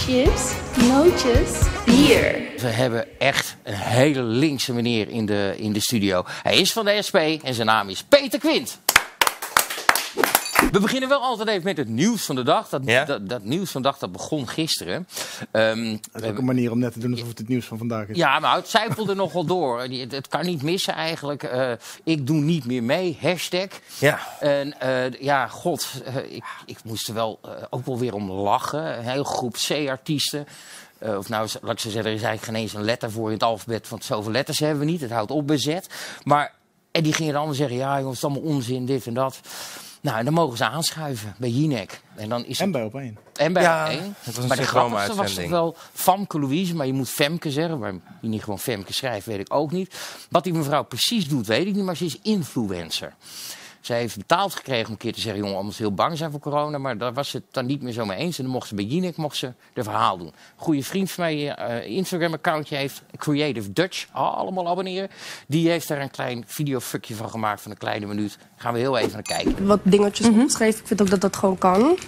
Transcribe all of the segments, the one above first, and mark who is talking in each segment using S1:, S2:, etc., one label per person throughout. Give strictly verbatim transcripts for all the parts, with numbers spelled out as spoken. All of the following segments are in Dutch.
S1: chips, nootjes, bier.
S2: We hebben echt een hele linkse meneer in de, in de studio. Hij is van de S P en zijn naam is Peter Quint. We beginnen wel altijd even met het nieuws van de dag. Dat,
S3: Ja?
S2: dat, dat nieuws van de dag dat begon gisteren. Um,
S4: Dat is ook een manier om net te doen alsof het het nieuws van vandaag is.
S2: Ja, maar het zijpelde nogal door. Het, het kan niet missen eigenlijk. Uh, ik doe niet meer mee, hashtag.
S3: Ja.
S2: En uh, ja, god, uh, ik, ik moest er wel uh, ook wel weer om lachen. Een hele groep C-artiesten. Uh, of nou, laat ik zo zeggen, er is eigenlijk geen eens een letter voor in het alfabet. Want zoveel letters hebben we niet. Het houdt op bij Z. Maar, en die gingen dan allemaal zeggen, ja jongens, het is allemaal onzin, dit en dat. Nou, en dan mogen ze aanschuiven bij Jinek. En, dan is
S4: En
S2: het...
S4: bij op één.
S2: En bij
S3: Ja,
S2: op één.
S3: het was een
S2: Maar de grappigste was toch
S3: uitzending.
S2: wel Famke Louise, maar je moet Femke zeggen. Waarom je niet gewoon Femke schrijft, weet ik ook niet. Wat die mevrouw precies doet, weet ik niet, maar ze is influencer. Zij heeft betaald gekregen om een keer te zeggen, jongen, omdat ze heel bang zijn voor corona. Maar daar was ze het dan niet meer zo mee eens. En dan mocht ze bij Jinek mocht ze de verhaal doen. Een goede vriend van mij, uh, Instagram-accountje heeft, Creative Dutch, allemaal abonneren. Die heeft daar een klein videofuckje van gemaakt van een kleine minuut. Gaan we heel even naar kijken.
S5: Wat dingetjes mm-hmm. opgeschreven. Ik vind ook dat dat gewoon kan. Um,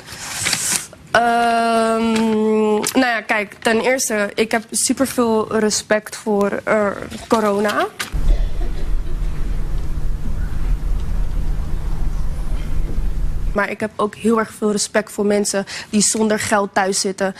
S5: nou ja, kijk, ten eerste, ik heb superveel respect voor uh, corona. Maar ik heb ook heel erg veel respect voor mensen die zonder geld thuis zitten.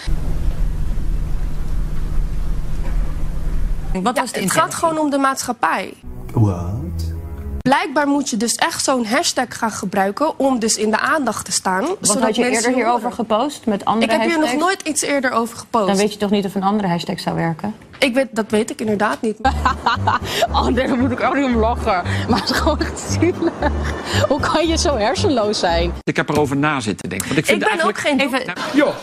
S6: Wat was
S5: ja, het gaat gewoon om de maatschappij.
S4: Wat?
S5: Blijkbaar moet je dus echt zo'n hashtag gaan gebruiken om dus in de aandacht te staan.
S6: Wat had je eerder hierover gepost met andere
S5: Ik heb
S6: hashtags?
S5: hier nog nooit iets eerder over gepost.
S6: Dan weet je toch niet of een andere hashtag zou werken?
S5: Ik weet, dat weet ik inderdaad niet.
S6: Oh nee, daar moet ik ook niet om lachen. Maar het is gewoon echt zielig. Hoe kan je zo hersenloos zijn?
S7: Ik heb erover na zitten denken. Want ik vind
S5: Ik ben
S7: eigenlijk...
S5: ook geen
S6: Even...
S5: dokter.
S7: Joh.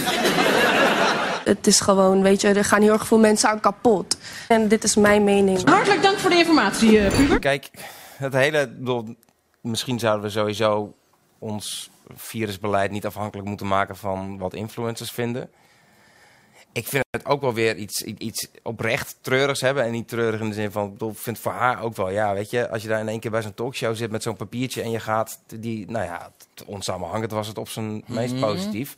S5: Het is gewoon, weet je, er gaan heel erg veel mensen aan kapot. En dit is mijn mening.
S8: Hartelijk dank voor de informatie, uh, Puber.
S3: Kijk, het hele... Bedoel, misschien zouden we sowieso ons virusbeleid niet afhankelijk moeten maken van wat influencers vinden. Ik vind het ook wel weer iets, iets oprecht treurigs hebben. En niet treurig in de zin van, ik bedoel, vind voor haar ook wel, ja, weet je, als je daar in één keer bij zo'n talkshow zit met zo'n papiertje en je gaat, die, nou ja, onsamenhangend was het op zijn mm-hmm. meest positief.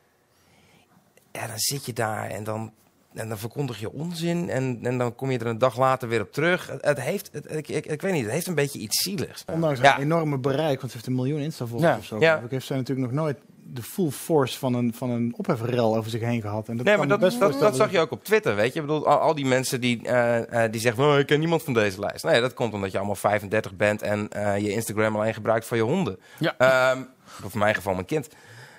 S3: Ja, dan zit je daar en dan, en dan verkondig je onzin en, en dan kom je er een dag later weer op terug. Het, het heeft, het, ik, ik, ik weet niet, het heeft een beetje iets zieligs.
S4: Ondanks
S3: ja.
S4: haar enorme bereik, want ze heeft een miljoen Insta-volgers
S2: Ja.
S4: of zo.
S3: Ja.
S4: Heeft zij natuurlijk nog nooit de full force van een, van een ophefrel over zich heen gehad. En dat
S3: Nee,
S4: kan
S3: maar
S4: me
S3: dat,
S4: best
S3: dat, dat
S4: voorstellen.
S3: zag je ook op Twitter, weet je. Ik bedoel, al, al die mensen die, uh, uh, die zeggen, oh, ik ken niemand van deze lijst. Nee, dat komt omdat je allemaal vijfendertig bent en uh, je Instagram alleen gebruikt voor je honden.
S2: Ja.
S3: Um, of in mijn geval mijn kind.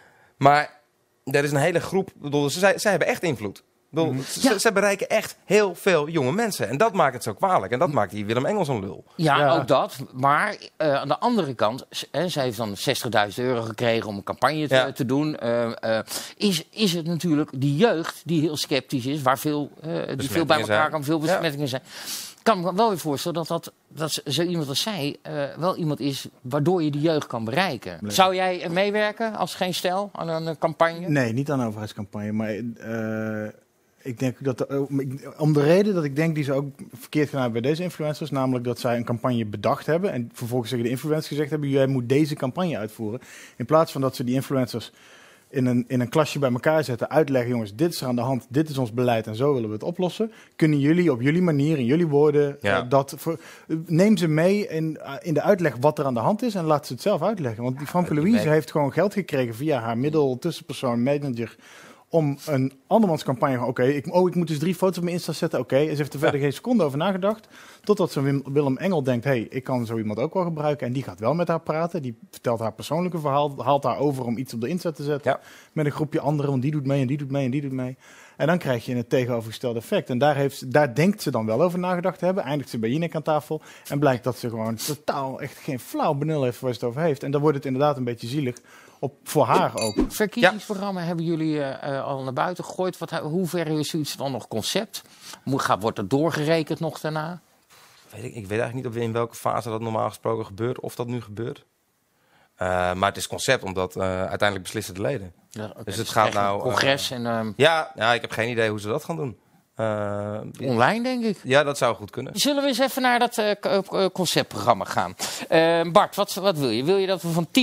S3: Maar er is een hele groep, ik bedoel, zij, zij hebben echt invloed. Ik bedoel,
S2: Mm-hmm.
S3: ze,
S2: Ja.
S3: ze bereiken echt heel veel jonge mensen. En dat maakt het zo kwalijk. En dat maakt die Willem Engels een lul.
S2: Ja,
S4: Ja.
S2: ook dat. Maar uh, aan de andere kant, hè, zij heeft dan zestigduizend euro gekregen om een campagne te,
S3: Ja.
S2: te doen. Uh, uh, is, is het natuurlijk die jeugd die heel sceptisch is, waar veel, uh, die veel bij elkaar
S3: zijn.
S2: kan, veel besmettingen zijn. Ik kan me wel weer voorstellen dat, dat, dat zo iemand als zij uh, wel iemand is waardoor je die jeugd kan bereiken.
S4: Nee.
S2: Zou jij meewerken als geen stel aan een uh, campagne?
S4: Nee, niet aan een overheidscampagne, maar uh, ik denk dat de, om de reden dat ik denk die ze ook verkeerd gedaan hebben bij deze influencers, namelijk dat zij een campagne bedacht hebben en vervolgens tegen de influencers gezegd hebben, jij moet deze campagne uitvoeren. In plaats van dat ze die influencers in een, in een klasje bij elkaar zetten, uitleggen, jongens, dit is er aan de hand, dit is ons beleid en zo willen we het oplossen. Kunnen jullie op jullie manier, in jullie woorden,
S3: Ja.
S4: uh, dat voor, uh, neem ze mee in, uh, in de uitleg wat er aan de hand is en laat ze het zelf uitleggen. Want die Famke Louise heeft gewoon geld gekregen via haar middel, tussenpersoon, manager, om een andermans campagne van, oké, okay, ik, oh, ik moet dus drie foto's op mijn Insta zetten, oké. Okay. En ze heeft er verder
S3: Ja.
S4: geen seconde over nagedacht. Totdat zo'n Wim, Willem Engel denkt, hé, hey, ik kan zo iemand ook wel gebruiken. En die gaat wel met haar praten. Die vertelt haar persoonlijke verhaal, haalt haar over om iets op de Insta te zetten.
S3: Ja.
S4: Met een groepje anderen, want die doet mee en die doet mee en die doet mee. En dan krijg je een tegenovergestelde effect. En daar, heeft, daar denkt ze dan wel over nagedacht te hebben. Eindigt ze bij Jinek aan tafel. En blijkt dat ze gewoon totaal echt geen flauw benul heeft waar ze het over heeft. En dan wordt het inderdaad een beetje zielig. Op, voor haar ook.
S2: Verkiezingsprogramma ja. hebben jullie uh, al naar buiten gegooid. Wat, hoe ver is zoiets dan nog concept? Moet, gaat, wordt er doorgerekend nog daarna?
S3: Weet ik, ik weet eigenlijk niet op in welke fase dat normaal gesproken gebeurt. Of dat nu gebeurt. Uh, maar het is concept, omdat uh, uiteindelijk beslissen de leden.
S2: Ja, okay.
S3: Dus het dus gaat nou...
S2: Congres
S3: uh,
S2: en... Um,
S3: ja, ja, ik heb geen idee hoe ze dat gaan doen.
S2: Uh, Online, denk ik.
S3: Ja, dat zou goed kunnen.
S2: Zullen we eens even naar dat uh, conceptprogramma gaan? Uh, Bart, wat, wat wil je? Wil je dat we van tien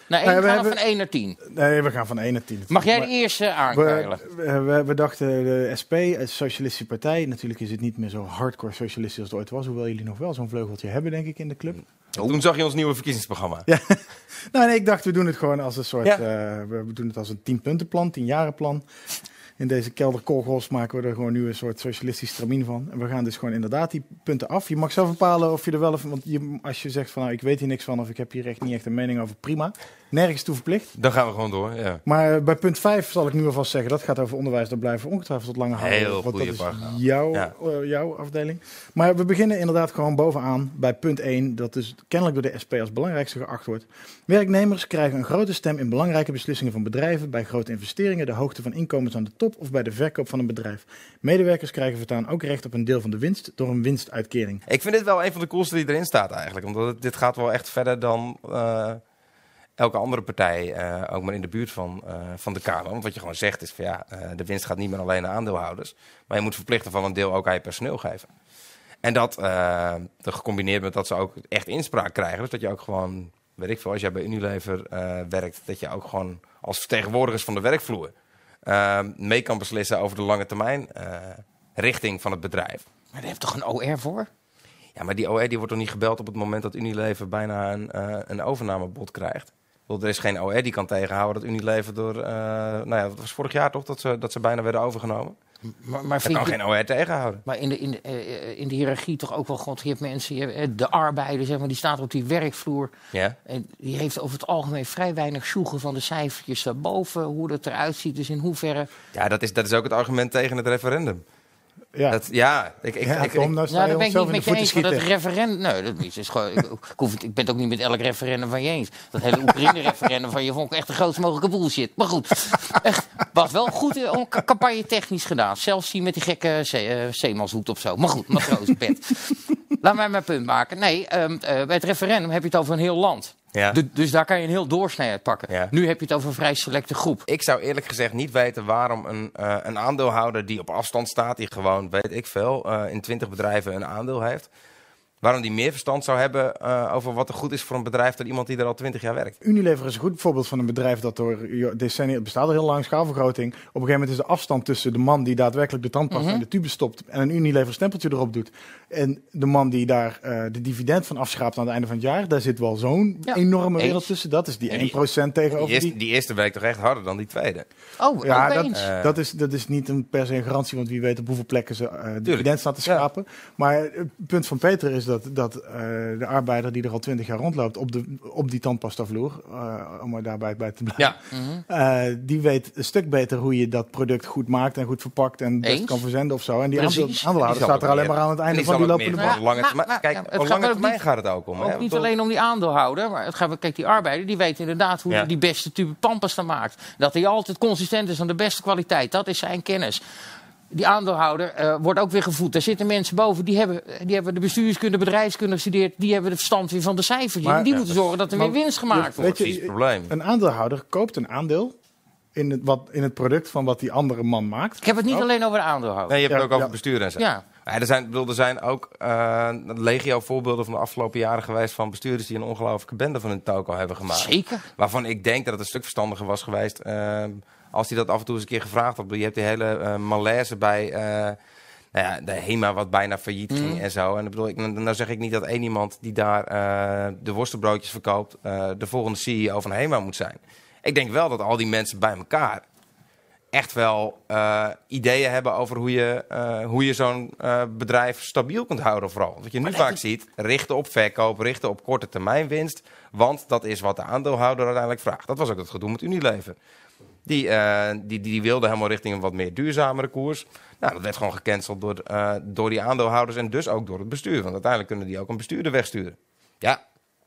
S2: Nou,
S4: Nee,
S2: we
S4: we
S2: gaan
S4: hebben-
S2: van één naar tien.
S4: Nee, we gaan van één naar tien.
S2: Mag jij de
S4: Maar
S2: eerste aankeilen?
S4: we, we, we dachten, de S P, een socialistische partij. Natuurlijk is het niet meer zo hardcore socialistisch als het ooit was. Hoewel jullie nog wel zo'n vleugeltje hebben, denk ik, in de club.
S3: Toen zag je ons nieuwe verkiezingsprogramma.
S4: Ja. Nou, nee, ik dacht, we doen het gewoon als een soort...
S3: Ja.
S4: eh, we we doen het als een tienpuntenplan, tienjarenplan. In deze kelderkolgos maken we er gewoon nu een soort socialistisch stramien van. En we gaan dus gewoon inderdaad die punten af. Je mag zelf bepalen of je er wel... Of, want je, als je zegt van, nou, ik weet hier niks van... of ik heb hier echt niet echt een mening over, prima. Nergens toe verplicht.
S3: Dan gaan we gewoon door, ja.
S4: Maar uh, bij punt vijf zal ik nu alvast zeggen... dat gaat over onderwijs, daar blijven we ongetwijfeld tot langer houden.
S3: Heel
S4: Want dat
S3: goede
S4: is
S3: paragraaf.
S4: jouw,
S3: Ja.
S4: uh, jouw afdeling. Maar we beginnen inderdaad gewoon bovenaan bij punt één... dat dus kennelijk door de S P als belangrijkste geacht wordt. Werknemers krijgen een grote stem in belangrijke beslissingen van bedrijven... bij grote investeringen, de hoogte van inkomens aan de top... of bij de verkoop van een bedrijf. Medewerkers krijgen voortaan ook recht op een deel van de winst... door een winstuitkering.
S3: Ik vind dit wel een van de coolste die erin staat eigenlijk. Omdat het, dit gaat wel echt verder dan uh, elke andere partij, uh, ook maar in de buurt van, uh, van de Kamer. Want wat je gewoon zegt is van ja, uh, de winst gaat niet meer alleen naar aandeelhouders. Maar je moet verplichten van een deel ook aan je personeel geven. En dat uh, gecombineerd met dat ze ook echt inspraak krijgen. Dus dat je ook gewoon, weet ik veel, als jij bij Unilever uh, werkt... dat je ook gewoon als vertegenwoordigers van de werkvloer... Uh, mee kan beslissen over de lange termijn uh, richting van het bedrijf.
S2: Maar daar heeft toch een O R voor?
S3: Ja, maar die O R die wordt toch niet gebeld op het moment dat Unilever bijna een, uh, een overnamebod krijgt? Want er is geen O R die kan tegenhouden dat Unilever door... Uh, nou ja, dat was vorig jaar toch dat ze, dat ze bijna werden overgenomen?
S2: Maar, maar
S3: Dat
S2: vind
S3: kan
S2: je,
S3: geen O R tegenhouden.
S2: maar in de, in, de, uh, in de hiërarchie toch ook wel... God, je hebt mensen, je hebt, de arbeider, zeg maar, die staat op die werkvloer.
S3: Ja?
S2: En die heeft over het algemeen vrij weinig sjoegen van de cijfertjes daarboven. Hoe het eruit ziet, dus in hoeverre...
S3: Ja, dat is, dat is ook het argument tegen het referendum.
S4: Ja,
S3: Dat, ja, ik, ik,
S4: ja
S3: ik,
S4: Tom,
S3: ik-
S4: nou sta
S2: Ja,
S4: je
S2: daar ben ik
S4: onszelf
S2: niet
S4: in
S2: met
S4: de
S2: je
S4: voeten
S2: eens. Maar dat
S4: schieten.
S2: referendum... Nee, dat niet. Is gewoon, ik, ik, hoef het- ik ben het ook niet met elk referendum van je eens. Dat hele Oekraïne-referendum van je vond ik echt de grootst mogelijke bullshit. Maar goed, echt, was wel goed eh, on- campagne technisch gedaan. Zelfs die met die gekke zee, uh, zeemanshoed of zo. Maar goed, matrozenpet. Laat mij mijn punt maken. Nee, um, uh, bij het referendum heb je het over een heel land.
S3: ja.
S2: Du- dus daar kan je een heel doorsnee uit pakken.
S3: Ja.
S2: Nu heb je het over een vrij selecte groep.
S3: Ik zou eerlijk gezegd niet weten waarom een, uh, een aandeelhouder die op afstand staat... die gewoon, weet ik veel, uh, in twintig bedrijven een aandeel heeft... waarom die meer verstand zou hebben uh, over wat er goed is voor een bedrijf... dan iemand die er al twintig jaar werkt.
S4: Unilever is een goed voorbeeld van een bedrijf dat door decennia, het bestaat al heel lang, schaalvergroting. Op een gegeven moment is de afstand tussen de man die daadwerkelijk de tandpasta
S2: Mhm.
S4: in de tube stopt en een Unilever stempeltje erop doet. En de man die daar uh, de dividend van afschraapt aan het einde van het jaar, daar zit wel zo'n
S2: Ja,
S4: enorme
S2: eens.
S4: wereld tussen. Dat is die
S3: En die-
S4: één procent
S3: Die
S4: tegenover
S3: eerste,
S4: die...
S3: die eerste werkt toch echt harder dan die tweede?
S2: Oh,
S4: Ja,
S2: ook
S4: dat,
S2: eens.
S3: Eh,
S4: dat, is, dat is niet een per se een garantie, want wie weet op hoeveel plekken ze uh, dividend staan te
S3: Ja.
S4: schrapen. Maar het punt van Peter is dat, dat uh, de arbeider die er al twintig jaar rondloopt op, de, op die tandpastavloer, uh, om er daarbij bij te blijven,
S3: Ja,
S2: Mhm.
S4: uh, die weet een stuk beter hoe je dat product goed maakt en goed verpakt en best
S2: Eens.
S4: kan verzenden of zo. En die
S2: Precies.
S4: aandeel- aandeelhouder
S3: Die zal
S4: staat er
S3: ook
S4: alleen
S3: meer-
S4: maar aan het
S3: en
S4: einde
S3: die
S4: van die
S3: zal ook
S4: lopende
S3: meer
S4: band.
S3: voor de lange
S2: Maar-
S3: termijn.
S2: maar-
S3: Kijk,
S2: ja, het
S3: op
S2: gaat
S3: lange
S2: ook
S3: termijn
S2: niet-
S3: gaat het ook om. hè?
S2: Ook
S3: Ik
S2: niet
S3: bedoel-
S2: alleen om die aandeelhouder, maar het gaat, kijk, die arbeider die weet inderdaad hoe
S3: Ja.
S2: hij die beste tube tandpasta maakt. Dat hij altijd consistent is van de beste kwaliteit, dat is zijn kennis. Die aandeelhouder uh, wordt ook weer gevoed. Daar zitten mensen boven, die hebben, die hebben de bestuurskunde, bedrijfskunde gestudeerd. Die hebben het verstand weer van de cijfertjes.
S4: Maar-
S2: en die
S4: ja,
S2: moeten zorgen dat er
S4: maar-
S2: weer winst gemaakt
S4: je-
S2: wordt.
S4: weet je-
S3: Precies het probleem.
S4: Een aandeelhouder koopt een aandeel in het, wat, in het product van wat die andere man maakt.
S2: Ik heb het niet
S4: Oh.
S2: alleen over de aandeelhouder.
S3: Nee, je hebt
S4: Ja,
S3: het ook over
S4: ja.
S3: bestuur en zo.
S2: Ja.
S3: Ja, er, zijn, ik bedoel, er zijn ook uh, legio voorbeelden van de afgelopen jaren geweest... van bestuurders die een ongelooflijke bende van hun toko hebben gemaakt.
S2: Zeker.
S3: Waarvan ik denk dat het een stuk verstandiger was geweest... Uh, als hij dat af en toe eens een keer gevraagd had. Je hebt die hele uh, malaise bij... Uh, nou ja, de HEMA wat bijna failliet ging
S2: Mm.
S3: en zo. En dan bedoel ik, nou zeg ik niet dat één iemand die daar uh, de worstenbroodjes verkoopt... Uh, de volgende C E O van HEMA moet zijn. Ik denk wel dat al die mensen bij elkaar... echt wel uh, ideeën hebben over hoe je, uh, hoe je zo'n uh, bedrijf stabiel kunt houden vooral. Wat je nu
S2: Maar
S3: vaak
S2: het-
S3: ziet, richten op verkoop, richten op korte termijn winst. Want dat is wat de aandeelhouder uiteindelijk vraagt. Dat was ook het gedoe met Unilever. Die, uh, die, die wilde helemaal richting een wat meer duurzamere koers. Nou, dat werd gewoon gecanceld door, uh, door die aandeelhouders en dus ook door het bestuur. Want uiteindelijk kunnen die ook een bestuurder wegsturen. Ja,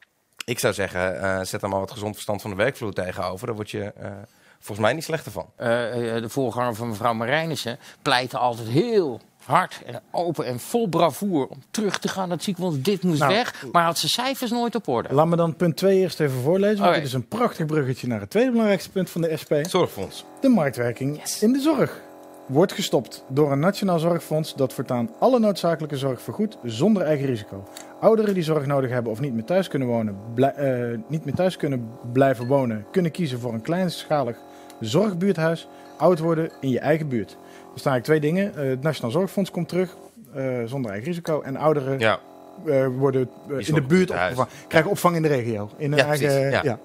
S3: ik zou zeggen, uh, zet er maar wat gezond verstand van de werkvloer tegenover. Daar word je... Uh, volgens mij niet slechter van.
S2: Uh, de voorganger van mevrouw Marijnissen pleitte altijd heel hard en open en vol bravoer om terug te gaan naar het ziekenhuis. Dit moest
S4: Nou,
S2: weg, maar had zijn cijfers nooit op orde.
S4: Laat me dan punt twee eerst even voorlezen. Want
S2: Oké.
S4: dit is een prachtig bruggetje naar het tweede belangrijkste punt van de S P.
S3: Zorgfonds.
S4: De marktwerking in de zorg wordt gestopt door een nationaal zorgfonds dat voortaan alle noodzakelijke zorg vergoedt zonder eigen risico. Ouderen die zorg nodig hebben of niet meer thuis kunnen wonen, blij, uh, niet meer thuis kunnen blijven wonen, kunnen kiezen voor een kleinschalig zorgbuurthuis. Oud worden in je eigen buurt. Er staan eigenlijk twee dingen. Uh, het Nationaal Zorgfonds komt terug, uh, zonder eigen risico. En ouderen
S3: Ja.
S4: uh, worden uh, in de buurt opgevangen. Krijgen opvang in de regio. In hun
S3: Ja,
S4: eigen,
S3: precies, ja.
S4: ja.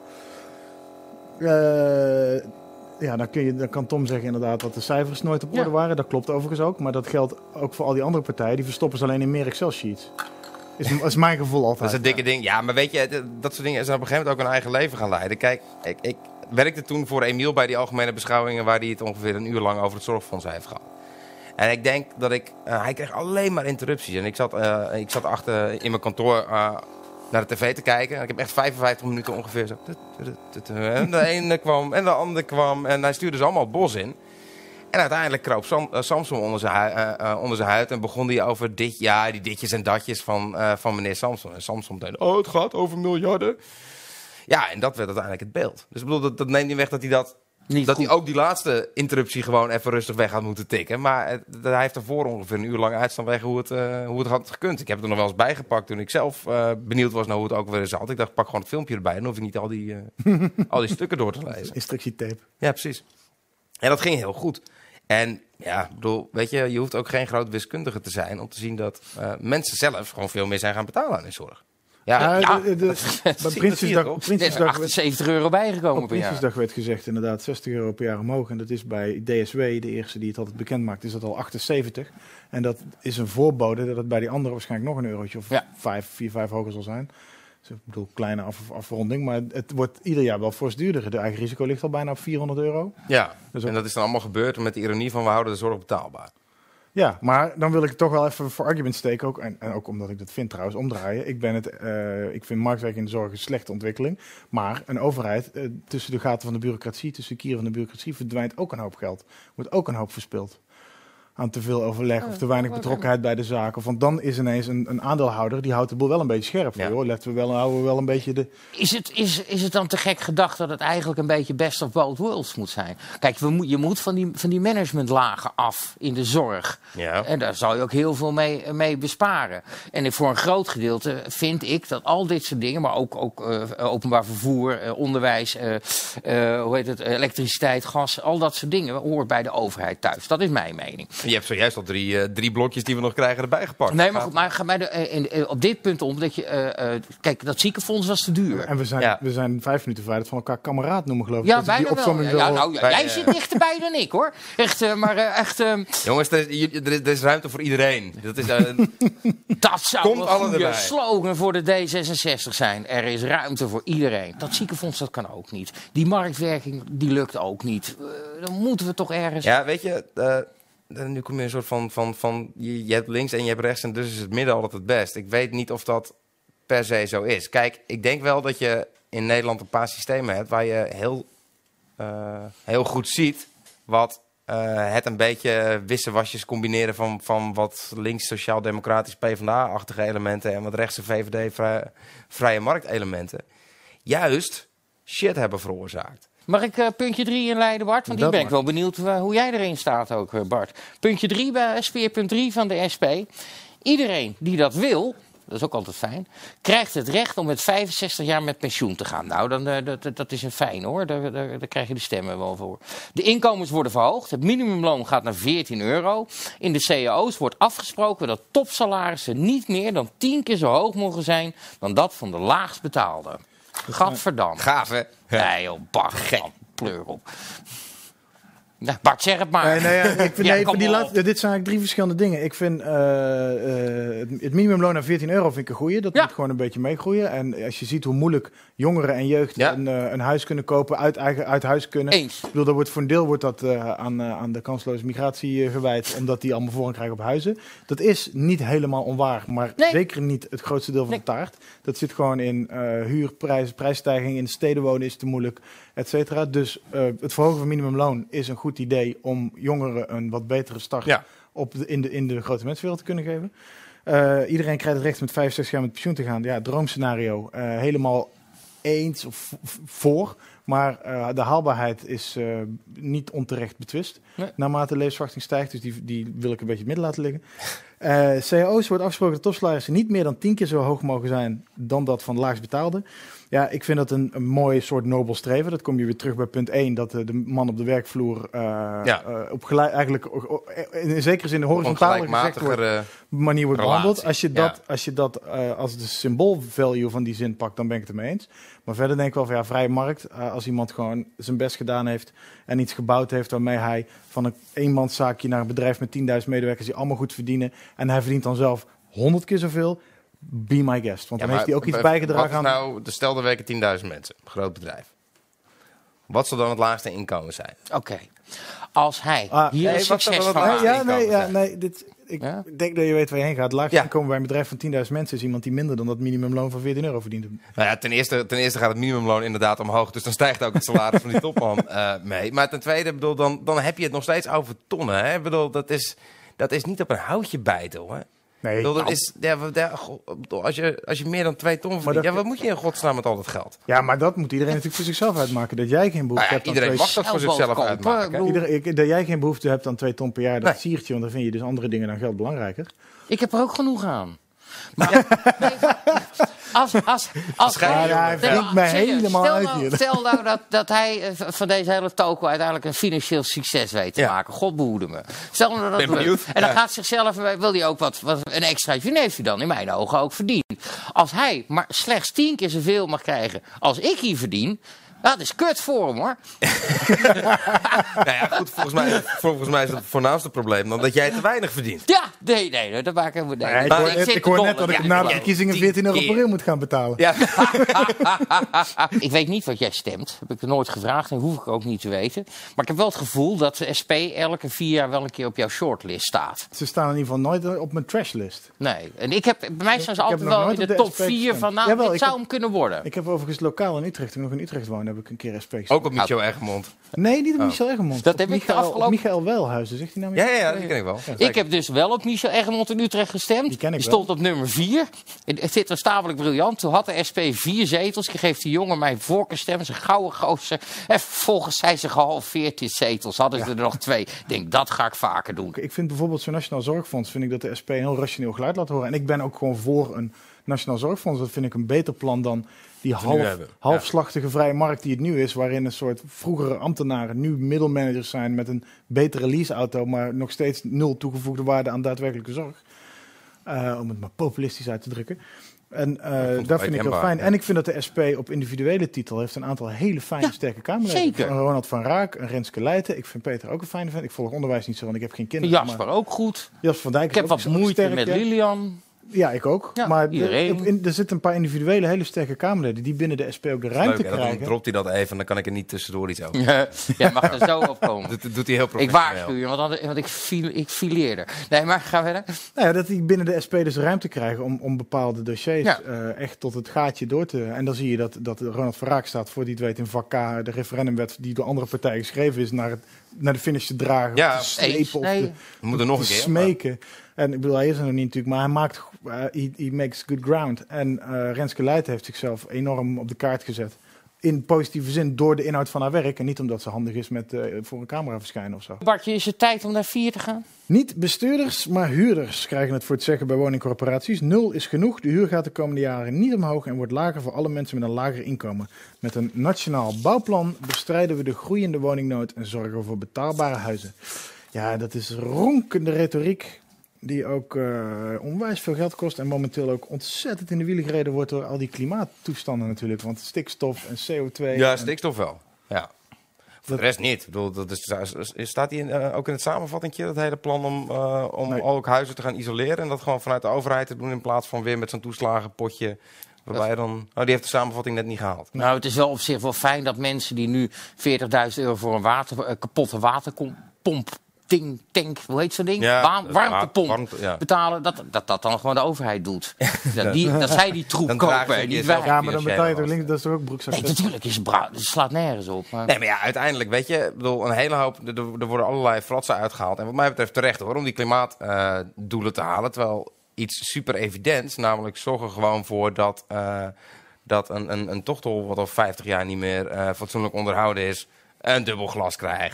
S4: Uh, ja, dan, kun je, dan kan Tom zeggen inderdaad dat de cijfers nooit op orde
S2: Ja.
S4: waren. Dat klopt overigens ook. Maar dat geldt ook voor al die andere partijen. Die verstoppen ze alleen in meer Excel-sheets. Is, is mijn gevoel altijd.
S3: Dat is een dikke ding. Ja, maar weet je, dat soort dingen zijn op een gegeven moment ook een eigen leven gaan leiden. Kijk, ik, ik werkte toen voor Emiel bij die algemene beschouwingen waar hij het ongeveer een uur lang over het zorgfonds heeft gehad. En ik denk dat ik... Uh, hij kreeg alleen maar interrupties. En ik zat, uh, ik zat achter in mijn kantoor uh, naar de tv te kijken. En ik heb echt vijfenvijftig minuten ongeveer zo... En de ene kwam en de andere kwam. En hij stuurde ze allemaal het bos in. En uiteindelijk kroop Sam, uh, Samson onder zijn, hui, uh, uh, onder zijn huid en begon hij over dit, ja, die ditjes en datjes van, uh, van meneer Samson. En Samson meteen, oh, het gaat over miljarden. Ja, en dat werd uiteindelijk het beeld. Dus ik bedoel, dat, dat neemt niet weg dat hij dat...
S2: Niet
S3: dat
S2: goed.
S3: hij ook die laatste interruptie gewoon even rustig weg had moeten tikken. Maar het, hij heeft ervoor ongeveer een uur lang uitstaan wegen hoe het, uh, hoe het had gekund. Ik heb het er nog wel eens bijgepakt toen ik zelf uh, benieuwd was naar hoe het ook weer zat. Ik dacht, pak gewoon het filmpje erbij. Dan hoef ik niet al die, uh, al die stukken door te lezen.
S4: Instructietape.
S3: Ja, precies. En dat ging heel goed. En ja, ik bedoel, weet je, je hoeft ook geen groot wiskundige te zijn om te zien dat uh, mensen zelf gewoon veel meer zijn gaan betalen aan hun zorg. Ja,
S4: Ja,
S3: ja,
S4: de, de, de, bij Prinsjesdag,
S2: Er is
S4: Prinsjesdag, werd,
S2: achtenzeventig euro bijgekomen
S4: op
S2: per jaar.
S4: Prinsjesdag werd gezegd inderdaad zestig euro per jaar omhoog. En dat is bij D S W, de eerste die het altijd bekend maakt, is dat al achtenzeventig. En dat is een voorbode dat het bij die andere waarschijnlijk nog een eurotje of
S2: Ja.
S4: vijf, vier, vijf hoger zal zijn. Dus ik bedoel, kleine af, afronding. Maar het wordt ieder jaar wel fors duurder. De eigen risico ligt al bijna op vierhonderd euro.
S3: ja.
S4: Dus ook-
S3: En dat is dan allemaal gebeurd met de ironie van we houden de zorg betaalbaar.
S4: Ja, maar dan wil ik het toch wel even voor argument steken. Ook, en, en ook omdat ik dat vind trouwens, omdraaien. Ik, ben het, uh, ik vind marktwerking in de zorg een slechte ontwikkeling. Maar een overheid, uh, tussen de gaten van de bureaucratie, tussen de kieren van de bureaucratie, verdwijnt ook een hoop geld. Wordt ook een hoop verspild. Aan te veel overleg of te weinig betrokkenheid bij de zaken. Want dan is ineens een, een aandeelhouder, die houdt de boel wel een beetje scherp.
S3: Ja.
S4: Joh, letten we wel, houden we wel een beetje de...
S2: Is het, is, is het dan te gek gedacht dat het eigenlijk een beetje best of both worlds moet zijn? Kijk, we moet, je moet van die, van die managementlagen af in de zorg.
S3: Ja.
S2: En daar zal je ook heel veel mee, mee besparen. En voor een groot gedeelte vind ik dat al dit soort dingen, maar ook, ook uh, openbaar vervoer, uh, onderwijs, uh, uh, hoe heet het, elektriciteit, gas, al dat soort dingen hoort bij de overheid thuis. Dat is mijn mening.
S3: Je hebt zojuist al drie, uh, drie blokjes die we nog krijgen erbij gepakt.
S2: Nee, maar goed, maar ga mij de, uh, in, uh, op dit punt om dat je, uh, uh, kijk, dat ziekenfonds was te duur.
S4: En we zijn,
S3: Ja.
S4: we zijn vijf minuten verwijderd van elkaar kameraad noemen, geloof ik.
S2: Ja,
S4: Dat ik die
S2: bijna wel.
S4: opzomming
S2: Ja,
S4: wil-
S2: nou, ja,
S3: Wij,
S2: jij
S3: uh,
S2: zit dichterbij dan ik, hoor. Echt, uh, maar uh, echt, uh,
S3: Jongens, er is, er, is, er is ruimte voor iedereen. Dat is, uh,
S2: dat zou
S3: Komt
S2: een
S3: alle
S2: goede
S3: erbij.
S2: slogan voor de D zesenzestig zijn. Er is ruimte voor iedereen. Dat ziekenfonds, dat kan ook niet. Die marktwerking, die lukt ook niet. Uh, dan moeten we toch ergens...
S3: ja, weet je, uh, nu kom je een soort van, van, van je, je hebt links en je hebt rechts en dus is het midden altijd het best. Ik weet niet of dat per se zo is. Kijk, ik denk wel dat je in Nederland een paar systemen hebt waar je heel, uh, heel goed ziet wat uh, het een beetje wissewasjes combineren van, van wat links sociaal-democratisch PvdA-achtige elementen en wat rechtse V V D vrij, vrije marktelementen juist shit hebben veroorzaakt.
S2: Mag ik uh, puntje drie inleiden, Bart? Want
S4: Dat
S2: die ben ik
S4: mag.
S2: wel benieuwd uh, hoe jij erin staat ook, uh, Bart. Puntje drie bij S vier punt drie van de S P. Iedereen die dat wil, dat is ook altijd fijn, krijgt het recht om met vijfenzestig jaar met pensioen te gaan. Nou, dan, uh, dat, dat is een fijn hoor, daar, daar, daar krijg je de stemmen wel voor. De inkomens worden verhoogd, het minimumloon gaat naar veertien euro. In de cao's wordt afgesproken dat topsalarissen niet meer dan tien keer zo hoog mogen zijn dan dat van de laagst betaalde. Gadverdamme.
S3: Gaaf, hè?
S2: Nee joh, Bart, man, pleur op. Nou, Bart, zeg het maar.
S4: Nee, nee, ja, ik vind,
S2: Ja,
S4: nee,
S2: kom
S4: die
S2: op.
S4: laat, dit zijn eigenlijk drie verschillende dingen. Ik vind uh, uh, het, het minimumloon naar veertien euro vind ik een goeie. Dat
S2: Ja.
S4: moet gewoon een beetje meegroeien. En als je ziet hoe moeilijk jongeren en jeugd
S3: Ja.
S4: een, uh, een huis kunnen kopen, uit, eigen, uit huis kunnen.
S2: Eens.
S4: Ik bedoel, dat wordt voor een deel wordt dat uh, aan, uh, aan de kansloze migratie uh, gewijd, omdat die allemaal voorrang krijgen op huizen. Dat is niet helemaal onwaar, maar
S2: Nee.
S4: zeker niet het grootste deel van
S2: Nee.
S4: de taart. Dat zit gewoon in uh, huurprijzen, prijsstijging, in de steden wonen is te moeilijk, et cetera. Dus uh, het verhogen van minimumloon is een goed idee om jongeren een wat betere start
S3: Ja.
S4: op de, in, de, in de grote mensenwereld te kunnen geven. Uh, iedereen krijgt het recht met vijfenzestig jaar met pensioen te gaan. Ja, droomscenario. Uh, helemaal eens of v- voor. Maar uh, de haalbaarheid is uh, niet onterecht betwist.
S2: Nee.
S4: Naarmate de levensverwachting stijgt. Dus die, die wil ik een beetje in het midden laten liggen. Uh, C A O's wordt afgesproken dat topsalarissen niet meer dan tien keer zo hoog mogen zijn dan dat van laagst betaalde. Ja, ik vind dat een, een mooi soort nobel streven. Dat kom je weer terug bij punt één, dat uh, de man op de werkvloer uh,
S3: ja.
S4: uh, op gelijk, eigenlijk uh, in zekere zin de horizontale gezegd wordt, uh, manier wordt
S3: relatie.
S4: behandeld. Als je dat,
S3: ja.
S4: als, je dat uh, als de symboolvalue van die zin pakt, dan ben ik het ermee eens. Maar verder denk ik wel van ja, vrije markt. Uh, als iemand gewoon zijn best gedaan heeft en iets gebouwd heeft waarmee hij van een eenmanszaakje naar een bedrijf met tienduizend medewerkers die allemaal goed verdienen en hij verdient dan zelf honderd keer zoveel. Be my guest. Want
S3: ja,
S4: dan heeft hij ook iets
S3: b-
S4: bijgedragen
S3: wat
S4: aan...
S3: nou, de stel er werken tienduizend mensen, groot bedrijf. Wat zal dan het laagste inkomen zijn?
S2: Oké. Okay. Als hij
S4: ah,
S2: hier
S3: nee,
S2: een succes
S3: wat
S2: van
S3: dan
S2: maakt.
S4: Ja, nee, ja, nee dit, ik
S2: ja?
S4: denk dat je weet waar je heen gaat. Het laagste
S3: ja.
S4: inkomen bij een bedrijf van tienduizend mensen is iemand die minder dan dat minimumloon van veertien euro verdient.
S3: Nou ja, ten eerste, ten eerste gaat het minimumloon inderdaad omhoog. Dus dan stijgt ook het salaris van die topman uh, mee. Maar ten tweede, bedoel, dan, dan heb je het nog steeds over tonnen. Hè? Bedoel, dat, is, dat is niet op een houtje bijten, hoor.
S4: Nee,
S3: bedoel, dat
S4: nou.
S3: is, ja, ja, als, je, als je meer dan twee ton verdient, ja, wat moet je in godsnaam met al dat geld?
S4: Ja, maar dat moet iedereen natuurlijk voor zichzelf uitmaken. Dat jij geen behoefte
S3: Nou ja,
S4: hebt aan
S3: iedereen
S4: twee...
S3: mag dat voor zichzelf uitmaken.
S4: Ja, iedereen, dat jij geen behoefte hebt aan twee ton per jaar, dat
S3: Nee.
S4: siertje. Want dan vind je dus andere dingen dan geld belangrijker.
S2: Ik heb er ook genoeg aan. Maar ja, nee, als, als, als
S4: Ja,
S2: hij,
S4: ja, hij
S2: nee,
S4: wringt mij
S2: serieus,
S4: helemaal
S2: stel
S4: uit
S2: nou,
S4: hier.
S2: Stel nou dat, dat hij uh, van deze hele toko uiteindelijk een financieel succes weet te
S3: Ja.
S2: maken. God behoede me. Stel nou dat
S3: Ben
S2: dat lukt.
S3: benieuwd.
S2: En dan
S3: Ja.
S2: gaat zichzelf, wil hij ook wat, wat een extraatje. En heeft hij dan in mijn ogen ook verdiend. Als hij maar slechts tien keer zoveel mag krijgen als ik hier verdien. Dat is kut voor hem, hoor.
S3: Nou ja, goed, volgens mij, volgens mij is het voornaamste probleem dan dat jij te weinig verdient.
S2: Ja, nee, nee, nee dat maak ik nee,
S4: Ja,
S2: nee,
S4: ik
S2: maar
S4: hoor,
S2: ik
S4: net,
S2: zit
S4: ik hoor
S2: te
S4: net dat ik
S2: dommelen.
S4: na
S2: Ja,
S4: de
S2: ik
S4: verkiezingen
S3: tien
S4: veertien euro
S3: keer.
S4: per uur moet gaan betalen.
S3: Ja.
S2: Ik weet niet wat jij stemt. Heb ik er nooit gevraagd en hoef ik ook niet te weten. Maar ik heb wel het gevoel dat de S P elke vier jaar wel een keer op jouw shortlist staat.
S4: Ze staan in ieder geval nooit op mijn trashlist.
S2: Nee. En ik heb, bij mij staan ze
S4: Ik heb
S2: altijd
S4: nog
S2: wel
S4: nooit
S2: in
S4: op
S2: de
S4: de
S2: top
S4: S P
S2: vier
S4: gestemd.
S2: van nou,
S4: Jawel,
S2: dit
S4: ik
S2: zou
S4: heb-
S2: hem kunnen worden.
S4: Ik heb overigens lokaal in Utrecht, toen ik nog in Utrecht woonde, heb ik een keer S P gestemd.
S3: Ook op Michel Egmond.
S4: Nee, niet op Michel Egmond.
S2: Dat
S4: Op
S2: heb ik de
S4: Michael,
S2: afgelopen-
S4: op Michael Welhuizen, zegt hij nou?
S3: Ja, ja, ja, die ken ik wel.
S2: Ik heb dus wel op Michel Egmond in Utrecht gestemd.
S4: Die ken ik
S2: Die
S4: wel.
S2: stond op nummer vier. Het zit was tamelijk briljant. Toen had de S P vier zetels. Ik geef die jongen mijn voorkeurstem. Zijn gouden gozer. En vervolgens zijn ze gehalveerd in zetels. Hadden ze er nog twee. Ik denk, dat ga ik vaker doen.
S4: Ik vind bijvoorbeeld zo'n Nationaal Zorgfonds, vind ik dat de S P een heel rationeel geluid laat horen. En ik ben ook gewoon voor een Nationaal Zorgfonds. Dat vind ik een beter plan dan die
S3: we nu
S4: half,
S3: hebben.
S4: halfslachtige vrije markt die het nu is. Waarin een soort vroegere ambtenaren nu middelmanagers zijn met een betere leaseauto, maar nog steeds nul toegevoegde waarde aan daadwerkelijke zorg. Uh, om het maar populistisch uit te drukken. En uh,
S3: het
S4: dat vind ik heel
S3: herkenbaar,
S4: fijn.
S3: ja.
S4: En ik vind dat de S P op individuele titel heeft een aantal hele fijne,
S2: Ja,
S4: sterke Kamerleden.
S2: zeker.
S4: Een Ronald van Raak, een Renske Leijten. Ik vind Peter ook een fijne vent. Ik volg onderwijs niet zo, want ik heb geen kinderen.
S2: Jasper ook goed.
S4: Maar Jasper van Dijk
S2: Ik
S4: is
S2: heb
S4: ook
S2: wat
S4: zo
S2: moeite
S4: sterk,
S2: met
S4: ja.
S2: Lilian.
S4: Ja, ik ook.
S2: Ja,
S4: maar de-
S2: iedereen.
S4: op- in, er zitten een paar individuele hele sterke Kamerleden die binnen de S P ook de
S3: Leuk,
S4: ruimte
S3: hè, dan
S4: krijgen.
S3: dropt hij dat even en dan kan ik er niet tussendoor iets over.
S2: Jij mag er zo op komen.
S3: Dat doet hij heel
S2: Ik
S3: professioneel.
S2: waarschuw je, want, dan, want ik, file, ik fileer er. Nee, maar ga verder.
S4: Nou ja, dat die binnen de S P dus ruimte krijgen om, om bepaalde dossiers
S2: Ja.
S4: eh, echt tot het gaatje door te... En dan zie je dat, dat Ronald van Raak staat, voor die het weet, in vak K, de referendumwet die door andere partijen geschreven is, naar, het, naar de finish te dragen,
S3: Ja,
S4: of te slepen
S2: eens.
S4: of
S2: Nee.
S4: te,
S3: We moeten nog
S4: te
S3: een keer.
S4: smeken. En ik bedoel, hij is er nog niet natuurlijk, maar hij maakt, uh, he, he makes good ground. En uh, Renske Leijten heeft zichzelf enorm op de kaart gezet. In positieve zin door de inhoud van haar werk. En niet omdat ze handig is met uh, voor een camera verschijnen of zo.
S2: Bartje, is het tijd om naar vier te gaan?
S4: Niet bestuurders, maar huurders krijgen het voor het zeggen bij woningcorporaties. Nul is genoeg. De huur gaat de komende jaren niet omhoog en wordt lager voor alle mensen met een lager inkomen. Met een nationaal bouwplan bestrijden we de groeiende woningnood en zorgen we voor betaalbare huizen. Ja, dat is ronkende retoriek die ook uh, onwijs veel geld kost en momenteel ook ontzettend in de wielen gereden wordt door al die klimaattoestanden natuurlijk. Want stikstof en C O twee...
S3: Ja,
S4: en-
S3: stikstof wel. Ja. Voor de rest niet. Ik bedoel, dat is, staat die in, uh, ook in het samenvattingje, dat hele plan om, uh, om
S4: Nee.
S3: ook huizen te gaan isoleren en dat gewoon vanuit de overheid te doen in plaats van weer met zo'n toeslagenpotje. Waarbij je dan... Oh, die heeft de samenvatting net niet gehaald.
S2: Nou, het is wel op zich wel fijn dat mensen die nu veertigduizend euro voor een water, uh, kapotte waterpomp, ding, tank, hoe heet zo'n ding?
S3: Ja,
S2: Wa-
S3: dat-
S2: warmtepomp
S3: warmte, ja.
S2: betalen, dat, dat dat dan gewoon de overheid doet. dat, die, dat zij die troep
S3: Dan dragen
S2: kopen
S3: ze
S2: en
S3: die
S2: niet
S3: zelf.
S2: wij.
S4: Ja, maar dan betaal je toch
S3: financiële
S4: links, dat is toch ook broekzak.
S2: Nee, natuurlijk is het bra- het slaat nergens op. Maar...
S3: Nee, maar ja, uiteindelijk, weet je, ik bedoel, een hele hoop, er, er worden allerlei fratsen uitgehaald. En wat mij betreft terecht hoor, om die klimaatdoelen uh, te halen. Terwijl iets super evidents, namelijk zorg er gewoon voor dat, uh, dat een, een, een tochtel wat al vijftig jaar niet meer uh, fatsoenlijk onderhouden is, een dubbel glas krijgt.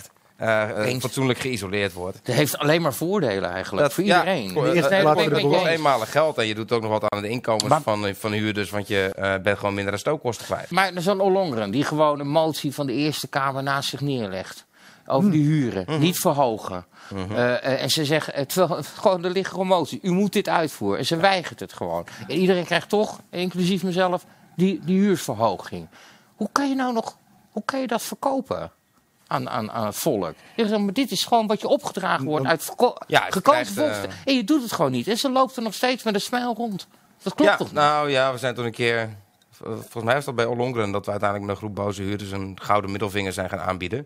S3: uh,
S2: Eens.
S3: fatsoenlijk geïsoleerd wordt.
S2: Het heeft alleen maar voordelen eigenlijk,
S3: Dat-
S2: voor
S3: ja,
S2: iedereen.
S3: voor-
S2: Het
S4: eerst
S2: heeft
S4: laten
S2: een
S4: we de
S2: beetje-
S4: belangen-
S3: eenmalig geld en je doet ook nog wat aan de inkomens
S2: Maar-
S3: van, van huurders, want je uh, bent gewoon minder aan stookkosten kwijt.
S2: Maar zo'n Ollongren die gewoon een motie van de Eerste Kamer naast zich neerlegt. Over die huren.
S3: Mhm.
S2: Niet verhogen. Uh, uh, en ze zeggen, uh, terwijl, gewoon er ligt gewoon motie. U moet dit uitvoeren. En ze weigert het gewoon. En iedereen krijgt toch, inclusief mezelf, die, die huursverhoging. Hoe kan je nou nog, hoe kan je dat verkopen aan, aan, aan het volk? Je zegt, maar dit is gewoon wat je opgedragen wordt uit verko-
S3: Ja, het
S2: gekozen
S3: krijgt,
S2: volks.
S3: uh,
S2: En je doet het gewoon niet. En ze loopt er nog steeds met een smijl rond. Dat klopt
S3: Ja,
S2: toch niet?
S3: nou ja, we zijn toen een keer... Volgens mij was dat bij Ollongren dat we uiteindelijk met een groep boze huurders een gouden middelvinger zijn gaan aanbieden.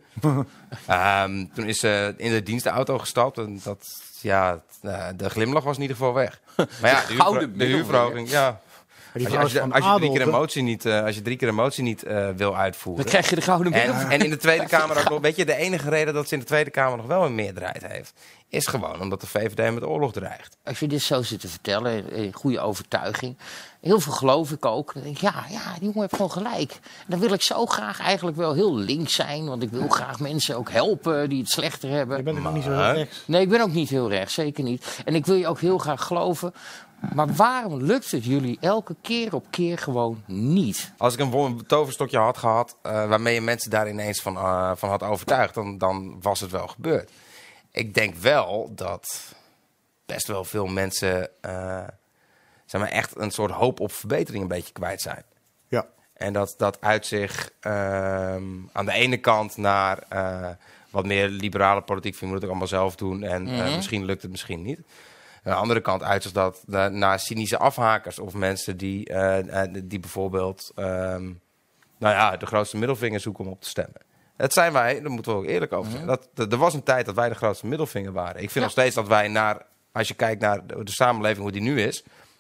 S3: um, toen is ze in de dienstenauto gestapt en dat, ja, uh, de glimlach was in ieder geval weg. Maar ja, de,
S2: gouden
S3: huurver- de huurverhoging, ja.
S4: Die
S3: Als je,
S4: vrouw
S3: als
S4: is
S3: je,
S4: van
S3: als je drie keer
S4: adel,
S3: een motie niet, uh, als je drie keer een motie niet uh, wil uitvoeren.
S2: Dan krijg je de gouden
S3: En,
S2: middel.
S3: en in de Tweede Kamer ook nog. Weet je, de enige reden dat ze in de Tweede Kamer nog wel een meerderheid heeft, is gewoon omdat de V V D met de oorlog dreigt.
S2: Als je dit zo zit te vertellen, in goede overtuiging. Heel veel geloof ik ook. Dan denk ik, ja, ja, die jongen heeft gewoon gelijk. En dan wil ik zo graag eigenlijk wel heel links zijn. Want ik wil graag mensen ook helpen die het slechter hebben.
S4: Je bent ook niet zo
S3: Maar-
S4: heel rechts.
S2: Nee, ik ben ook niet heel rechts, zeker niet. En ik wil je ook heel graag geloven. Maar waarom lukt het jullie elke keer op keer gewoon niet?
S3: Als ik een wo- toverstokje had gehad uh, waarmee je mensen daar ineens van, uh, van had overtuigd, dan, dan was het wel gebeurd. Ik denk wel dat best wel veel mensen uh, zeg maar echt een soort hoop op verbetering een beetje kwijt zijn.
S4: Ja.
S3: En dat, dat uit zich uh, aan de ene kant naar uh, wat meer liberale politiek, van je moet het ook allemaal zelf doen en uh,
S2: Mhm.
S3: misschien lukt het, misschien niet. Aan de andere kant uit zich dat uh, naar cynische afhakers of mensen die, uh, uh, die bijvoorbeeld um, nou ja, de grootste middelvinger zoeken om op te stemmen. Dat zijn wij, daar moeten we ook eerlijk over zijn. Dat, dat, er was een tijd dat wij de grootste middelvinger waren. Ik vind
S2: Ja.
S3: nog steeds dat wij naar, als je kijkt naar de, de samenleving hoe die nu is,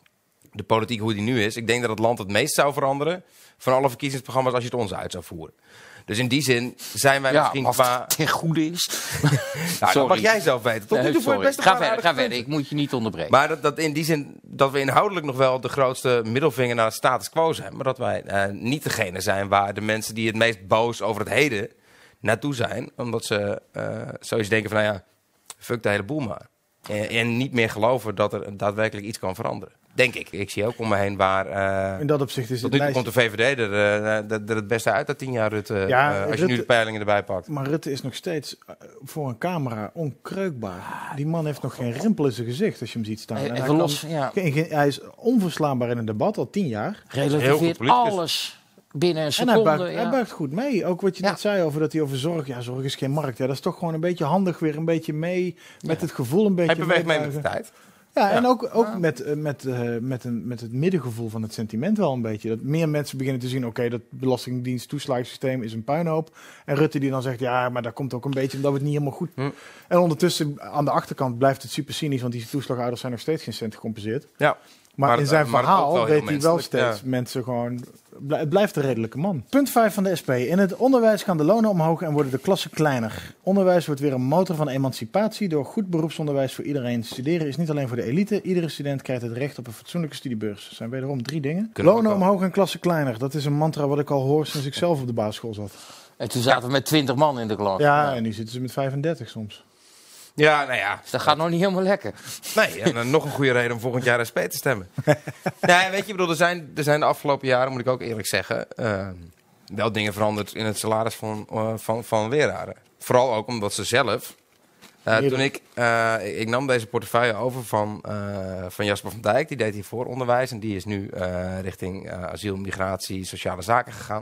S3: de politiek hoe die nu is, ik denk dat het land het meest zou veranderen van alle verkiezingsprogramma's als je het ons uit zou voeren. Dus in die zin zijn wij
S2: Ja,
S3: misschien
S2: maar
S3: qua...
S2: of het ten goede is.
S3: Nou, dat
S2: Sorry.
S3: mag jij zelf weten. Tot nu
S2: Nee,
S3: toe voor het
S2: sorry.
S3: beste
S2: Ga
S3: paar
S2: verder,
S3: aardige
S2: ga verder.
S3: punten.
S2: Ik moet je niet onderbreken.
S3: Maar dat, dat in die zin dat we inhoudelijk nog wel de grootste middelvinger naar de status quo zijn. Maar dat wij uh, niet degene zijn waar de mensen die het meest boos over het heden naartoe zijn. Omdat ze uh, zoiets denken van, nou ja, fuck de hele boel maar. En, en niet meer geloven dat er daadwerkelijk iets kan veranderen. Denk ik. Ik zie ook om me heen waar... Uh,
S4: In dat opzicht is
S3: tot
S4: het
S3: nu toe
S4: lijstje...
S3: komt de V V D er, uh, er, er het beste uit dat tien jaar Rutte.
S4: Ja,
S3: uh, als je
S4: Rutte-
S3: nu de peilingen erbij pakt.
S4: Maar Rutte is nog steeds uh, voor een camera onkreukbaar. Die man heeft nog geen rimpel in zijn gezicht als je hem ziet staan. En
S2: Even
S4: hij, kan-
S2: los, ja.
S4: geen- geen- hij is onverslaanbaar in een debat al tien jaar.
S3: Heel
S2: Relativeert
S3: goed politicus.
S2: alles binnen een
S4: En hij
S2: seconde.
S4: buigt, hij
S2: ja.
S4: buigt goed mee. Ook wat je
S2: Ja.
S4: net zei over dat hij over zorg... Ja, zorg is geen markt. Ja, dat is toch gewoon een beetje handig weer een beetje mee. Met het gevoel een beetje
S3: Hij beweegt mee met de
S4: meebuigen.
S3: tijd.
S4: Ja, en
S3: Ja.
S4: ook, ook met, eh, met, eh, met, een, met het middengevoel van het sentiment wel een beetje. Dat meer mensen beginnen te zien, oké, dat belastingdienst toeslagensysteem is een puinhoop. En Rutte die dan zegt, ja, maar dat komt ook een beetje omdat we het niet helemaal goed...
S3: Hm.
S4: En ondertussen, aan de achterkant blijft het super cynisch, want die toeslagouders zijn nog steeds geen cent gecompenseerd.
S3: Ja.
S4: Maar,
S3: Maar-
S4: in zijn
S3: maar ook
S4: verhaal
S3: wel heel
S4: weet hij wel
S3: menselijk,
S4: steeds
S3: ja.
S4: mensen gewoon... bl- Het blijft een redelijke man. Punt vijf van de S P. In het onderwijs gaan de lonen omhoog en worden de klassen kleiner. Onderwijs wordt weer een motor van emancipatie. Door goed beroepsonderwijs voor iedereen. Studeren is niet alleen voor de elite. Iedere student krijgt het recht op een fatsoenlijke studiebeurs. Dat zijn wederom drie dingen.
S3: Kunnen we
S4: Lonen
S3: ook wel.
S4: omhoog en klassen kleiner. Dat is een mantra wat ik al hoor sinds ik zelf op de basisschool zat.
S2: En toen zaten we met twintig man in de klas.
S4: Ja, en nu zitten ze met vijfendertig soms.
S3: Ja, nou ja.
S2: Dus dat gaat nog niet helemaal lekker.
S3: Nee, en dan nog een goede reden om volgend jaar S P te stemmen. Nee, weet je, ik bedoel, er zijn, er zijn de afgelopen jaren, moet ik ook eerlijk zeggen, uh, wel dingen veranderd in het salaris van, uh, van, van leraren. Vooral ook omdat ze zelf... Uh, toen ik, uh, ik nam deze portefeuille over van, uh, van Jasper van Dijk, die deed hiervoor onderwijs en die is nu uh, richting uh, asiel, migratie, sociale zaken gegaan.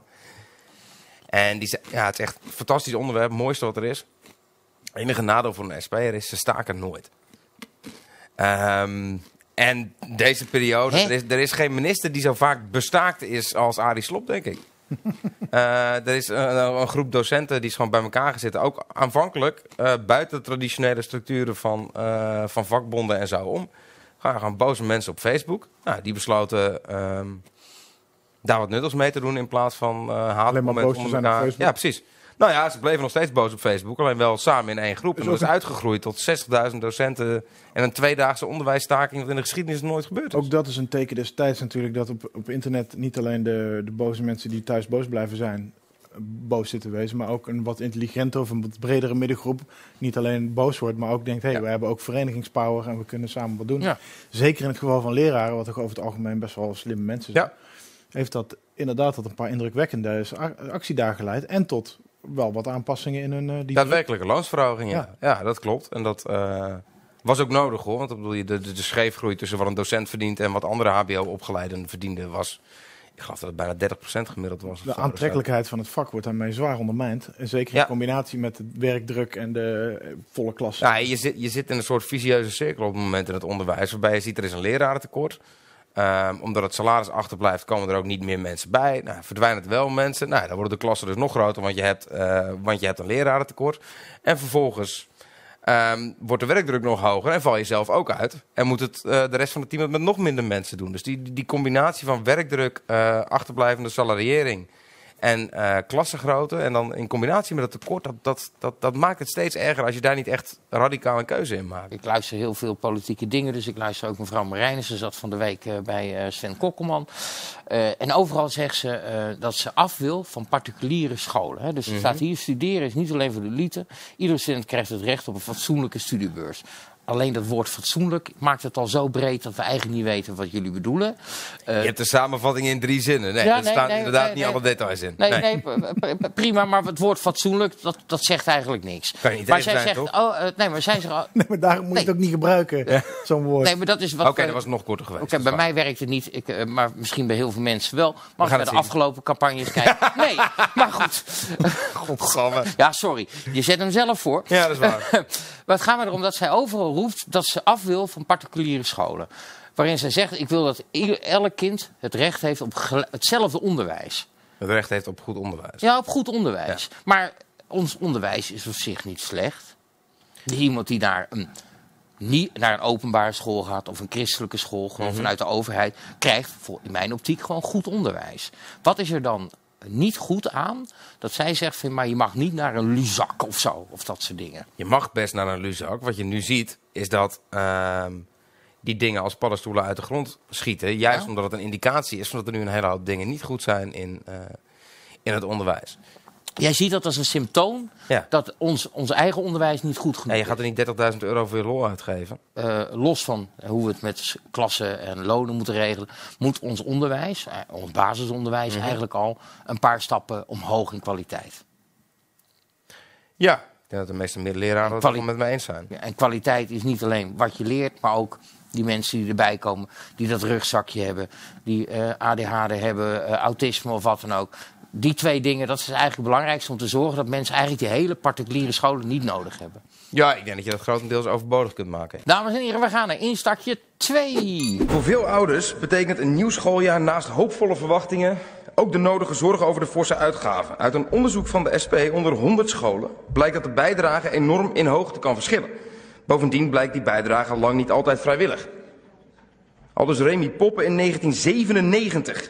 S3: En die zei, ja, het is echt een fantastisch onderwerp, het mooiste wat er is. Het enige nadeel voor een S P'er is, ze staken nooit. Um, en deze periode, er is, er is geen minister die zo vaak bestaakt is als Arie Slob, denk ik. uh, er is een, een groep docenten die is gewoon bij elkaar gezeten. Ook aanvankelijk uh, buiten de traditionele structuren van, uh, van vakbonden en zo om. Gaan gewoon boze mensen op Facebook. Nou, die besloten um, daar wat nuttigs mee te doen in plaats van uh, haatcomments
S4: boos te
S3: onder
S4: zijn op
S3: elkaar.
S4: Facebook?
S3: Ja, precies. Nou ja, ze bleven nog steeds boos op Facebook, alleen wel samen in één groep. En
S4: Dus
S3: dat is
S4: ook-
S3: uitgegroeid tot zestigduizend docenten en een tweedaagse onderwijsstaking, wat in de geschiedenis nooit gebeurd is.
S4: Ook dat is een teken des tijds natuurlijk, dat op, op internet niet alleen de, de boze mensen die thuis boos blijven zijn, boos zit te wezen, maar ook een wat intelligenter of een wat bredere middengroep niet alleen boos wordt, maar ook denkt, hé, hey,
S3: ja.
S4: we hebben ook verenigingspower en we kunnen samen wat doen.
S2: Ja.
S4: Zeker in het geval van leraren, wat toch over het algemeen best wel slimme mensen zijn,
S3: Ja.
S4: heeft dat inderdaad tot een paar indrukwekkende actiedagen geleid en tot wel wat aanpassingen in hun... Uh, die
S3: Daadwerkelijke loonsverhoging, ja.
S4: Ja.
S3: Ja, dat klopt. En dat uh, was ook nodig, hoor. Want ik bedoel, de, de, de scheefgroei tussen wat een docent verdient en wat andere H B O-opgeleiden verdienden was... Ik geloof dat het bijna dertig procent gemiddeld was.
S4: De aantrekkelijkheid van het vak wordt daarmee zwaar ondermijnd. En zeker
S3: Ja.
S4: in combinatie met de werkdruk en de uh, volle klas.
S3: Ja, je, zit, je zit in een soort vicieuze cirkel op het moment in het onderwijs... waarbij je ziet er is een lerarentekort. Um, omdat het salaris achterblijft, komen er ook niet meer mensen bij. Nou, verdwijnen er wel mensen. Nou, dan worden de klassen dus nog groter, want je hebt, uh, want je hebt een lerarentekort. En vervolgens um, wordt de werkdruk nog hoger en val je zelf ook uit. En moet het, uh, de rest van het team het met nog minder mensen doen. Dus die, die combinatie van werkdruk, uh, achterblijvende salariëring en uh, klassengrootte... en dan in combinatie met het tekort, dat, dat, dat, dat maakt het steeds erger... als je daar niet echt radicaal een keuze in maakt.
S2: Ik luister heel veel politieke dingen, dus ik luister ook mevrouw Marijnissen. Ze zat van de week uh, bij uh, Sven Kokkelman. Uh, en overal zegt ze uh, dat ze af wil van particuliere scholen. Hè. Dus er
S3: Mm-hmm.
S2: staat hier, studeren is niet alleen voor de elite. Iedere student krijgt het recht op een fatsoenlijke studiebeurs. Alleen dat woord fatsoenlijk maakt het al zo breed dat we eigenlijk niet weten wat jullie bedoelen. Uh,
S3: Je hebt de samenvatting in drie zinnen. Nee,
S2: Ja,
S3: er
S2: nee,
S3: staan
S2: nee,
S3: inderdaad
S2: nee,
S3: niet
S2: nee.
S3: alle details in.
S2: Nee, nee, p- p- prima, maar het woord fatsoenlijk, dat, dat zegt eigenlijk niks.
S3: Kan je niet
S2: maar
S3: even
S2: zij
S3: zijn,
S2: zegt,
S3: toch?
S2: oh, uh, nee, maar zij zegt, oh,
S4: Nee, maar daarom moet je
S2: Nee.
S4: het ook niet gebruiken, zo'n woord.
S2: nee, maar dat is wat.
S3: Oké, okay,
S2: we-
S3: dat was nog korter geweest.
S2: Oké,
S3: Dat is
S2: bij mij werkt het niet, ik, uh, maar misschien bij heel veel mensen wel. Mag
S3: gaan
S2: ik naar
S3: het
S2: de
S3: zien.
S2: afgelopen campagnes kijken? Nee, maar goed.
S3: Godsamme.
S2: Ja, sorry. Je zet hem zelf voor.
S3: Ja, dat is waar.
S2: Maar het gaat me erom dat zij overal roept dat ze af wil van particuliere scholen. Waarin zij zegt, ik wil dat ieder, elk kind het recht heeft op gel- hetzelfde onderwijs.
S3: Het recht heeft op goed onderwijs.
S2: Ja, op goed onderwijs. Maar ons onderwijs is op zich niet slecht. Iemand die naar een, niet naar een openbare school gaat of een christelijke school, gewoon
S3: Mhm.
S2: vanuit de overheid, krijgt voor, in mijn optiek gewoon goed onderwijs. Wat is er dan niet goed aan dat zij zegt, van, maar je mag niet naar een Luzak of zo, of dat soort dingen.
S3: Je mag best naar een Luzak. Wat je nu ziet, is dat uh, die dingen als paddenstoelen uit de grond schieten. Juist
S2: Ja?
S3: omdat het een indicatie is van dat er nu een hele hoop dingen niet goed zijn in, uh, in het onderwijs.
S2: Jij ziet dat als een symptoom
S3: Ja.
S2: dat ons, ons eigen onderwijs niet goed genoeg
S3: Ja, je
S2: is.
S3: gaat er niet dertigduizend euro voor je lol uitgeven.
S2: Uh, los van hoe we het met s- klassen en lonen moeten regelen, moet ons onderwijs, uh, ons basisonderwijs
S3: Mhm.
S2: eigenlijk al een paar stappen omhoog in kwaliteit.
S3: Ja. Ik denk dat de meeste middelleraren het
S2: Kwali-
S3: wel met me eens zijn.
S2: Ja, en kwaliteit is niet alleen wat je leert, maar ook die mensen die erbij komen, die dat rugzakje hebben, die uh, A D H D hebben, uh, autisme of wat dan ook. Die twee dingen, dat is eigenlijk het belangrijkste om te zorgen dat mensen eigenlijk die hele particuliere scholen niet nodig hebben.
S3: Ja, ik denk dat je dat grotendeels overbodig kunt maken.
S2: Dames en heren, we gaan naar instartje twee.
S9: Voor veel ouders betekent een nieuw schooljaar naast hoopvolle verwachtingen ook de nodige zorgen over de forse uitgaven. Uit een onderzoek van de S P onder honderd scholen blijkt dat de bijdrage enorm in hoogte kan verschillen. Bovendien blijkt die bijdrage lang niet altijd vrijwillig. Aldus Remy Poppen in negentien zevenennegentig.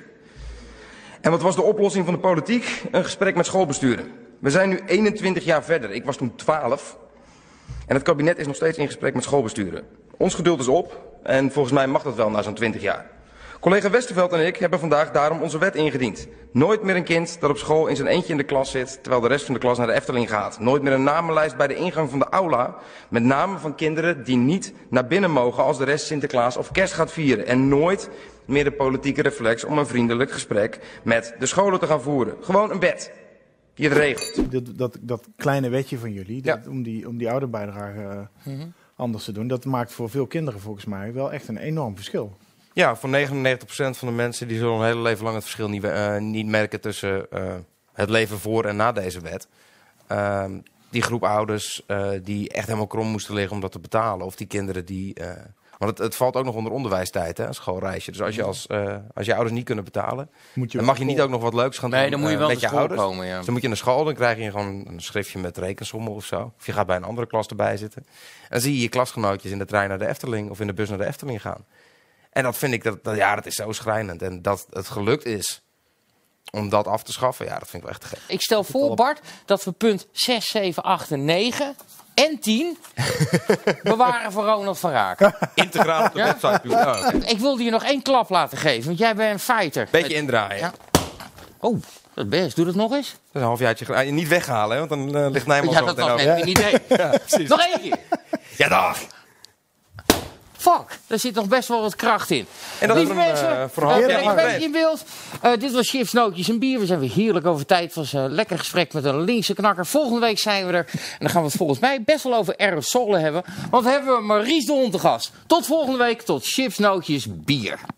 S9: En wat was de oplossing van de politiek? Een gesprek met schoolbesturen. We zijn nu eenentwintig jaar verder. Ik was toen twaalf. En het kabinet is nog steeds in gesprek met schoolbesturen. Ons geduld is op. En volgens mij mag dat wel na zo'n twintig jaar. Collega Westerveld en ik hebben vandaag daarom onze wet ingediend. Nooit meer een kind dat op school in zijn eentje in de klas zit, terwijl de rest van de klas naar de Efteling gaat. Nooit meer een namenlijst bij de ingang van de aula met namen van kinderen die niet naar binnen mogen als de rest Sinterklaas of Kerst gaat vieren. En nooit meer de politieke reflex om een vriendelijk gesprek met de scholen te gaan voeren. Gewoon een wet die het regelt.
S4: Dat, dat, dat kleine wetje van jullie,
S3: Ja.
S4: dat, om die, om die ouderbijdrage uh, anders te doen, dat maakt voor veel kinderen volgens mij wel echt een enorm verschil.
S3: Ja, voor negenennegentig procent van de mensen die zullen hun hele leven lang het verschil niet, uh, niet merken tussen uh, het leven voor en na deze wet. Uh, die groep ouders uh, die echt helemaal krom moesten liggen om dat te betalen. Of die kinderen die... Uh, want het, het valt ook nog onder onderwijstijd, hè, een schoolreisje. Dus als je, als, uh, als je ouders niet kunnen betalen,
S4: Moet je
S3: dan mag je niet ook nog wat leuks gaan doen
S2: Nee, dan moet je
S3: uh,
S2: wel
S3: met
S2: naar
S3: je
S2: school
S3: ouders.
S2: komen, ja.
S3: Dus dan moet je naar school, dan krijg je gewoon een schriftje met rekensommel of zo. Of je gaat bij een andere klas erbij zitten. En dan zie je je klasgenootjes in de trein naar de Efteling of in de bus naar de Efteling gaan. En dat vind ik, dat, dat, ja, dat is zo schrijnend. En dat het gelukt is om dat af te schaffen, ja, dat vind ik wel echt te gek.
S2: Ik stel voor, Bart, dat we punt zes, zeven, acht en negen en tien bewaren voor Ronald van Raak.
S3: Integraal op de
S2: Ja?
S3: website. Oh, okay.
S2: Ik wilde je nog één klap laten geven, want jij bent een fighter.
S3: Beetje indraaien.
S2: Ja. Oh, Dat is best. Doe dat nog eens.
S3: Dat is een halfjaartje geleden. Niet weghalen, hè, want dan uh, ligt Nijman
S2: Ja,
S3: zo
S2: dat
S3: meteen
S2: was
S3: over.
S2: net een idee.
S3: Ja, precies.
S2: Nog één keer.
S3: Ja, dag.
S2: Fuck, daar zit nog best wel wat kracht in.
S3: En dat
S2: Lieve
S3: is een,
S2: mensen,
S3: uh,
S2: uh,
S3: verhaal.
S2: ben
S3: Ja,
S2: ik
S3: maar
S2: ben
S3: weet.
S2: in beeld. Uh, dit was Chips, Nootjes en Bier. We zijn weer heerlijk over tijd. Het was een lekker gesprek met een linkse knakker. Volgende week zijn we er. En dan gaan we het volgens mij best wel over aerosolen hebben. Want we hebben Maurice de Hond te gast. Tot volgende week, tot Chips, Nootjes, Bier.